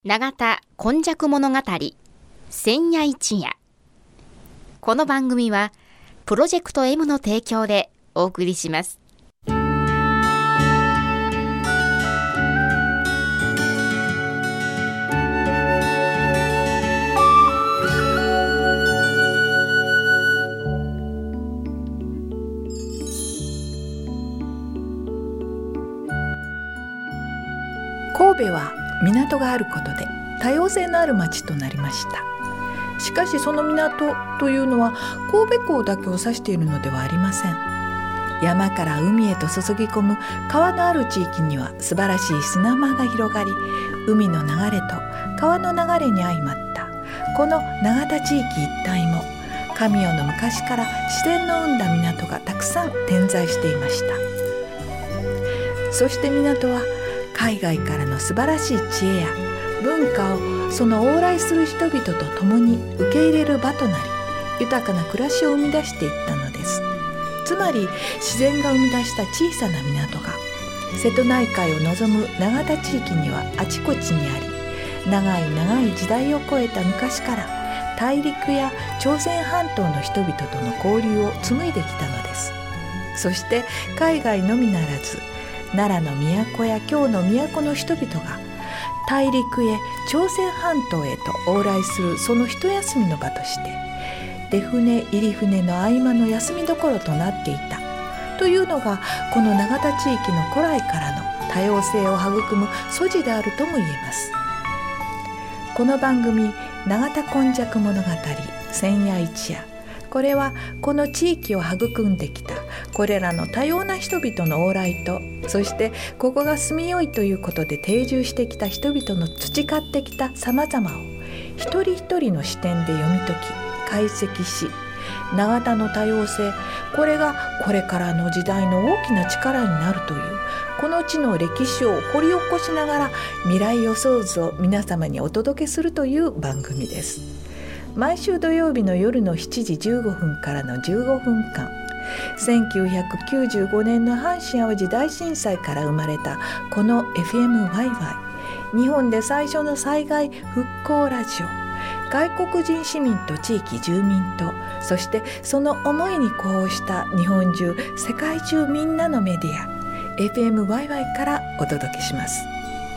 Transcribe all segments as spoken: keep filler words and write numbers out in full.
永田今昔物語千夜一夜。この番組はプロジェクト M の提供でお送りします。 神戸は港があることで多様性のある町となりました。しかしその港というのは神戸港だけを指しているのではありません。山から海へと注ぎ込む川のある地域には素晴らしい砂間が広がり、海の流れと川の流れに相まったこの永田地域一帯も神代の昔から自然の生んだ港がたくさん点在していました。そして港は海外からの素晴らしい知恵や文化をその往来する人々と共に受け入れる場となり、豊かな暮らしを生み出していったのです。つまり自然が生み出した小さな港が瀬戸内海を望む永田地域にはあちこちにあり、長い長い時代を超えた昔から大陸や朝鮮半島の人々との交流を紡いできたのです。そして海外のみならず奈良の都や京の都の人々が大陸へ朝鮮半島へと往来するその一休みの場として出船入り船の合間の休みどころとなっていたというのがこの永田地域の古来からの多様性を育む素地であるとも言えます。この番組永田今昔物語千夜一夜、これはこの地域を育んできたこれらの多様な人々の往来と、そしてここが住みよいということで定住してきた人々の培ってきた様々を一人一人の視点で読み解き解析し、永田の多様性、これがこれからの時代の大きな力になるというこの地の歴史を掘り起こしながら未来予想図を皆様にお届けするという番組です。毎週土曜日の夜のしちじじゅうごふんからのじゅうごふんかん、せんきゅうひゃくきゅうじゅうごねんの阪神・淡路大震災から生まれたこの エフエムワイワイ、 日本で最初の災害復興ラジオ、外国人市民と地域住民と、そしてその思いに呼応した日本中世界中みんなのメディア エフエムワイワイ からお届けします。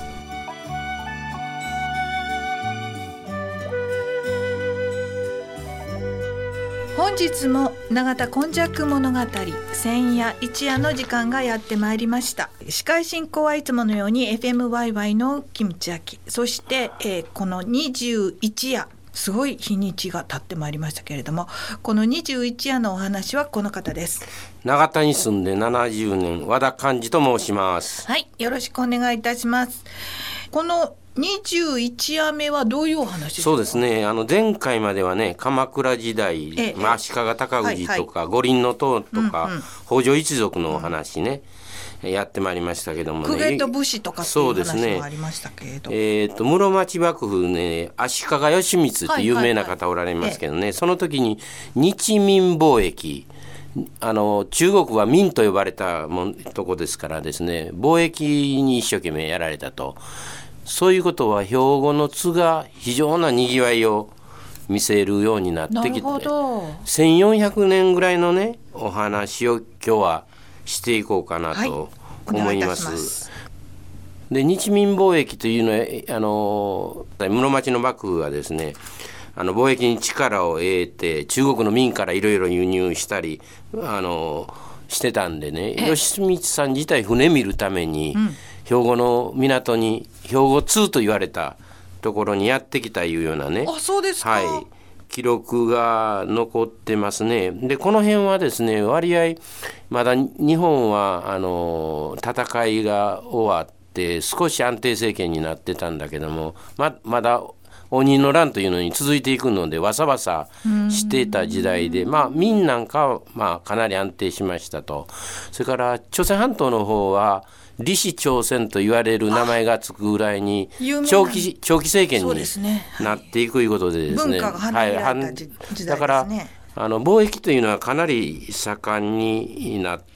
本日も永田今昔物語千夜一夜の時間がやってまいりました。司会進行はいつものように エフエムワイワイ のキムチヤキ、そして、えー、このにじゅういち夜、すごい日にちが経ってまいりましたけれども、このにじゅういち夜のお話はこの方です。 永田に住んでななじゅうねん、和田寛治と申します。 はい、よろしくお願いいたします。このにじゅういち夜目はどういうお話ですか？ そうですね、あの前回まではね、鎌倉時代、ええまあ、足利尊氏とか、はいはい、五輪の塔とか、うんうん、北条一族のお話ね、うん、やってまいりましたけどもね、 公家と武士とかっていう話もありましたけれど、 ねえー、と室町幕府ね、足利義満って有名な方おられますけどね、はいはいはい、その時に日民貿易、あの中国は民と呼ばれたもんとこですからですね、貿易に一生懸命やられたと。そういうことは兵庫の津が非常なにぎわいを見せるようになってきて、せんよんひゃくねんぐらいのねお話を今日はしていこうかなと思います。はい、ますで日民貿易というのは、あの室町の幕府はですね、あの貿易に力を得て中国の民からいろいろ輸入したりあのしてたんでね、義満さん自体船見るために、うん兵庫の港に兵庫通と言われたところにやってきたいうようなね、 あ、そうですか、 はい、記録が残ってますね。でこの辺はですね、割合まだ日本はあの戦いが終わって少し安定政権になってたんだけども、 ま, まだ応仁の乱というのに続いていくのでわさわさしていた時代で、まあ民なんかはまあかなり安定しましたと。それから朝鮮半島の方は李氏朝鮮と言われる名前がつくぐらいに長期、長期政権になっていくということでですね、 文化が離れられた時代ですね。 だからあの貿易というのはかなり盛んになっ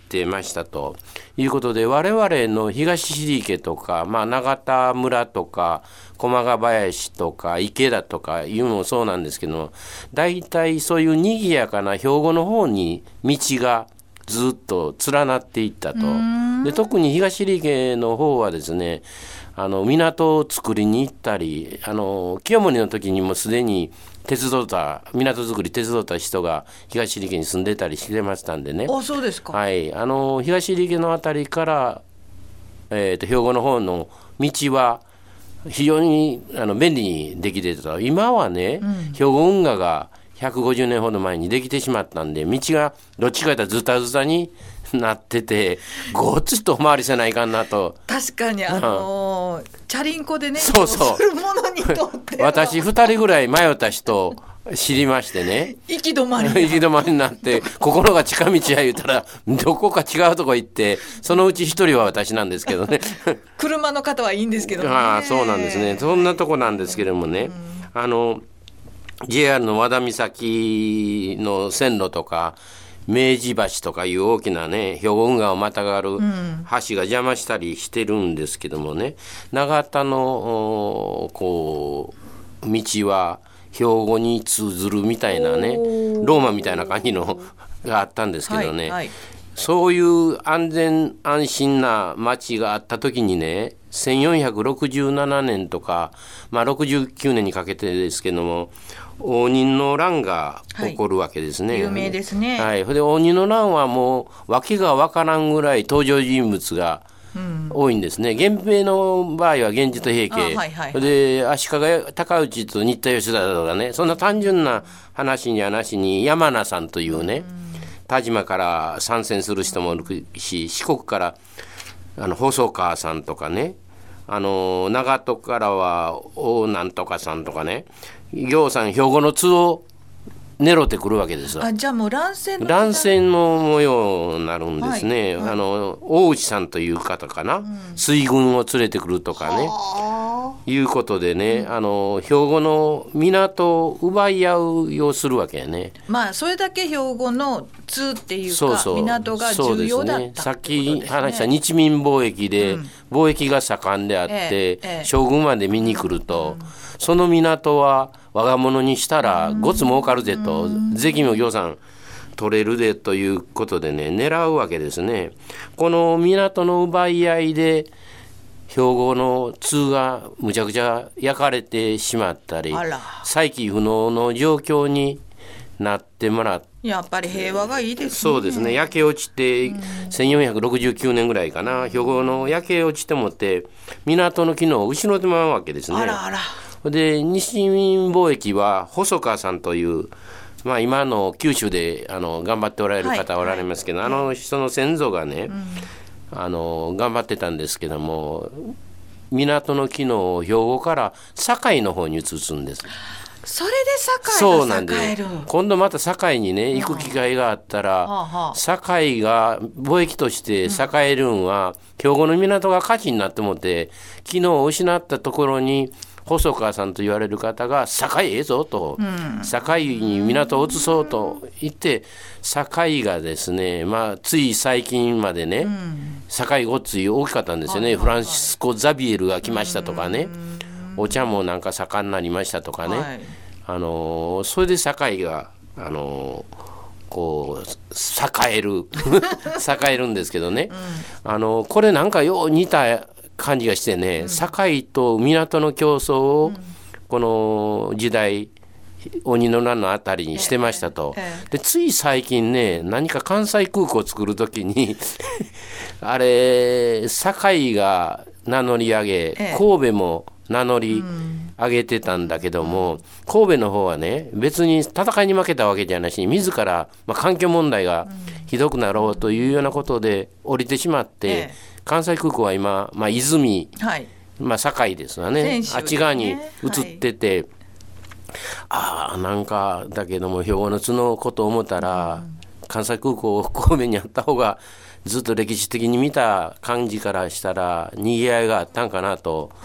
ってましたということで、我々の東尻池とか、まあ、永田村とか駒ヶ林とか池田とかいうのもそうなんですけど、大体そういう賑やかな兵庫の方に道がずっと連なっていったと。で特に東尻池の方はですね、あの港を作りに行ったり、あの清盛の時にもすでに手伝った港作り手伝った人が東尻池に住んでたりしてましたんでね。 あ、そうですか。 はい、あの東尻池のあたりから、えー、と兵庫の方の道は非常にあの便利にできてた。今はね、うん、兵庫運河がひゃくごじゅうねんほど前にできてしまったんで、道がどっちかというとズタズタになってて、ごっつとお回りせないかんなと。 確かにあのー、チャリンコでね、 そうそうするものにとって私ふたりぐらい迷った人知りましてね、 行き止まり行き止まりになって、ここのが近道や言うたらどこか違うとこ行って、そのうち一人は私なんですけどね車の方はいいんですけどね。 ああ、そうなんですね。そんなとこなんですけどもね、あの ジェイアール の和田岬の線路とか明治橋とかいう大きなね、兵庫運河をまたがる橋が邪魔したりしてるんですけどもね、長田のこう道は兵庫に通ずるみたいなね、ローマみたいな感じのがあったんですけどね、はいはい、そういう安全安心な町があった時にね、せんよんひゃくろくじゅうななねんとか、まあ、ろくじゅうきゅうねんにかけてですけども、応仁の乱が起こるわけですね、はい、 有名ですね、 はい、で応仁の乱はもう訳が分からんぐらい登場人物が多いんですね。源平の場合は源氏と平家、はいはいはい、で足利尊氏と新田義貞とかね、そんな単純な話にはなしに山名さんというね、田島から参戦する人もいるし、四国からあの細川さんとかね、あの長門からは大なんとかさんとかね、行さん兵庫の津を狙ってくるわけですよ。 あ、じゃあもう乱戦の乱戦の模様になるんですね、はいはい、あの大内さんという方かな、うん、水軍を連れてくるとかね、いうことでね、うん、あの兵庫の港を奪い合うようするわけやね。 まあそれだけ兵庫の津っていうか、そうそう港が重要だった、ね、 さっき話した日民貿易で、うん、貿易が盛んであって、ええええ、将軍まで見に来ると、うん、その港は我が物にしたらごつ儲かるぜと、税金も行さん取れるでということでね、狙うわけですね。この港の奪い合いで兵庫の津がむちゃくちゃ焼かれてしまったり、再起不能の状況になってもらって、 やっぱり平和がいいですね。 そうですね。焼け落ちてせんよんひゃくろくじゅうきゅうねんぐらいかな、兵庫の焼け落ちてもって港の機能を失ってもらうわけですね。 あらあら。 で西民貿易は細川さんという、まあ、今の九州であの頑張っておられる方おられますけど、はいはい、あの人の先祖がね、うん、あの頑張ってたんですけども、港の機能を兵庫から堺の方に移すんです。 それで堺が栄える。 今度また堺にね行く機会があったら、うん、堺が貿易として栄えるんは、うん、兵庫の港が価値になってもって機能を失ったところに細川さんと言われる方が堺ええぞと、うん、堺に港を移そうと言って堺がですね、まあ、つい最近までね、うん、堺ごっつい大きかったんですよね、はいはいはい、フランシスコ・ザビエルが来ましたとかね、うん、お茶もなんか盛んになりましたとかね、はい、あのそれで堺があのこう栄える栄えるんですけどね、うん、あのこれなんかよう似た感じがしてね、うん、堺と港の競争をこの時代鬼の乱のあたりにしてましたと、えええ、でつい最近ね、何か関西空港を作るときにあれ堺が名乗り上げ、神戸も名乗り上げてたんだけども、うん、神戸の方はね別に戦いに負けたわけじゃないし、自ら、まあ、環境問題がひどくなろうというようなことで降りてしまって、ええ関西空港は今、まあ、泉、はいまあ、堺ですわ ね, ねあっち側に移ってて、はい、ああなんかだけども兵庫の津のことを思ったら、うん、関西空港神戸にあった方がずっと歴史的に見た感じからしたらにぎわいがあったんかなと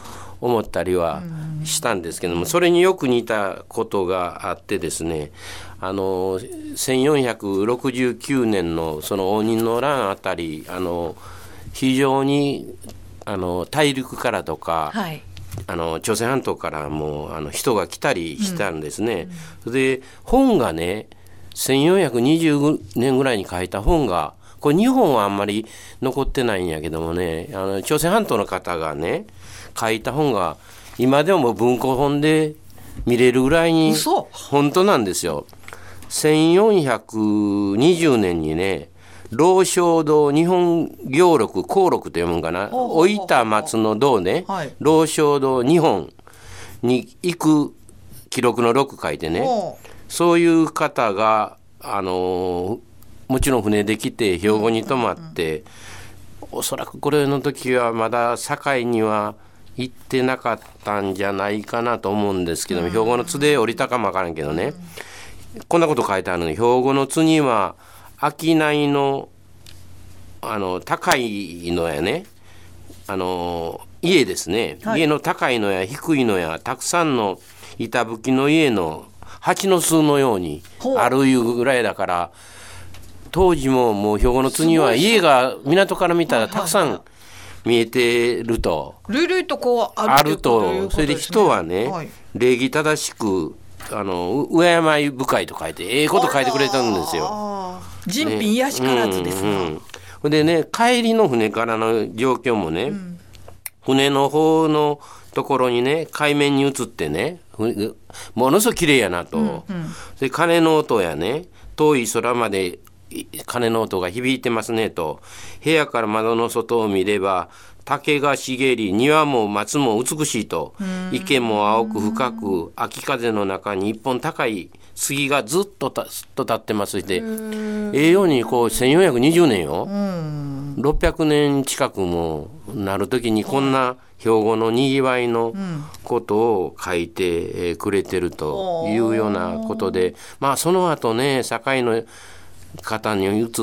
思ったりはしたんですけども、それによく似たことがあってですね、あのせんよんひゃくろくじゅうきゅうねんのその応仁の乱あたり、あの非常にあの大陸からとか、はい、あの朝鮮半島からもあの人が来たりしたんですね、うん、で本がねせんよんひゃくにじゅうねんぐらいに書いた本が、これ日本はあんまり残ってないんやけどもね、あの朝鮮半島の方がね書いた本が今でも文庫本で見れるぐらいに本当なんですよ。せんよんひゃくにじゅうねんにね、老正堂日本行録項録と読むんかな、老いた松の堂ね、はい、老正堂日本に行く記録のろく書いてね、そういう方があのもちろん船で来て兵庫に泊まって、うんうん、おそらくこれの時はまだ堺には行ってなかったんじゃないかなと思うんですけども、兵庫の津で降りたかもわからんけどね、こんなこと書いてあるのに、兵庫の津には商いのあの高いのやね、あの家ですね、はい、家の高いのや低いのやたくさんの板吹きの家の蜂の巣のようにあるいうぐらいだから、当時ももう兵庫の津には家が港から見たらたくさん見えてると、 ルルとこうあると、それで人はね、はい、礼儀正しくあの敬い深いと書いてええこと書いてくれたんですよ。 人品癒しからずですね、うんうん、でね、帰りの船からの状況もね、うん、船の方のところにね海面に映ってね、ものすごく綺麗やなと、うんうん、で鐘の音やね、遠い空まで鐘の音が響いてますねと、部屋から窓の外を見れば竹が茂り庭も松も美しいと、池も青く深く秋風の中に一本高い杉がずっとたずっと立ってますして、ええようにこうせんよんひゃくにじゅうねんよ、ろっぴゃくねん近くもなる時にこんな兵庫のにぎわいのことを書いてくれてるというようなことで、まあその後ね堺の方に移って、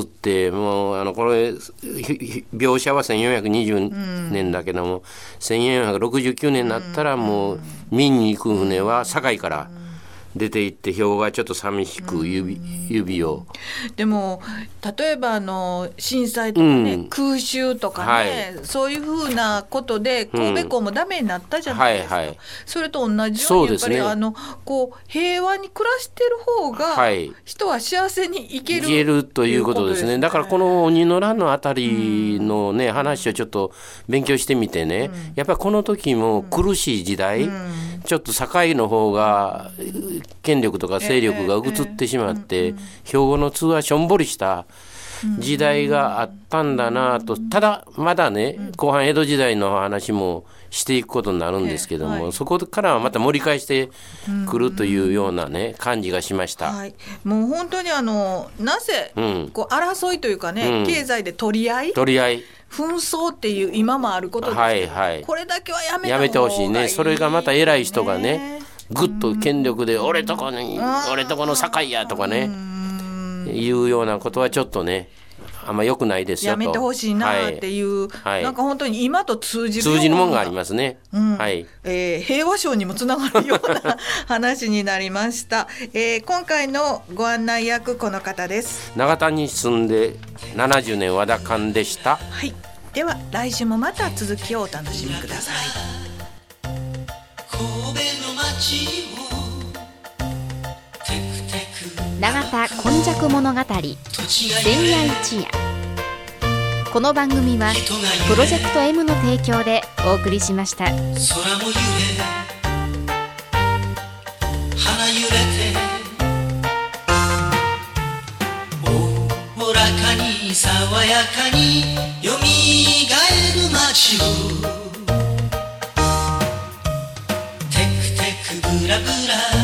もうあのこれ描写はせんよんひゃくにじゅうねんだけども、うん、せんよんひゃくろくじゅうきゅうねんになったらもう民に行く船は堺から出て行って兵庫がちょっと寂しく 指,、うん、指をでも例えばあの震災とかね、うん、空襲とかね、はい、そういうふうなことで神戸港もダメになったじゃないですか、うんはいはい、それと同じようにやっぱり、ね、あのこう平和に暮らしてる方が、はい、人は幸せに生きる、 生きるということですね。だからこの鬼の乱のあたりの、ねうん、話をちょっと勉強してみてね、うん、やっぱりこの時も苦しい時代、うん、ちょっと堺の方が権力とか勢力が移ってしまって、ええええ、兵庫の津はしょんぼりした時代があったんだなと。ただまだね後半江戸時代の話もしていくことになるんですけども、はい、そこからはまた盛り返してくるというようなね感じがしました、 はい、もう本当にあのなぜこう争いというかね、うん、経済で取り合い取り合い紛争っていう今もあることですけど、はいはい、これだけはやめた方がいい、 やめてほしいね。それがまた偉い人がねぐっと権力で俺とこに俺とこの堺やとかねいうようなことはちょっとねあんま良くないですよとやめてほしいなっていう、はい、なんか本当に今と通じる通じるもんがありますね、うんはいえー、平和賞にもつながるような話になりました、えー、今回のご案内役この方です。 長田に住んでななじゅうねん和田寛でした、 はい、では来週もまた続きをお楽しみください。 永田今昔物語千夜一夜。この番組はプロジェクト M の提供でお送りしました。空も揺れ花揺れておおらかに爽やかによみがえる街をテクテクブラブラ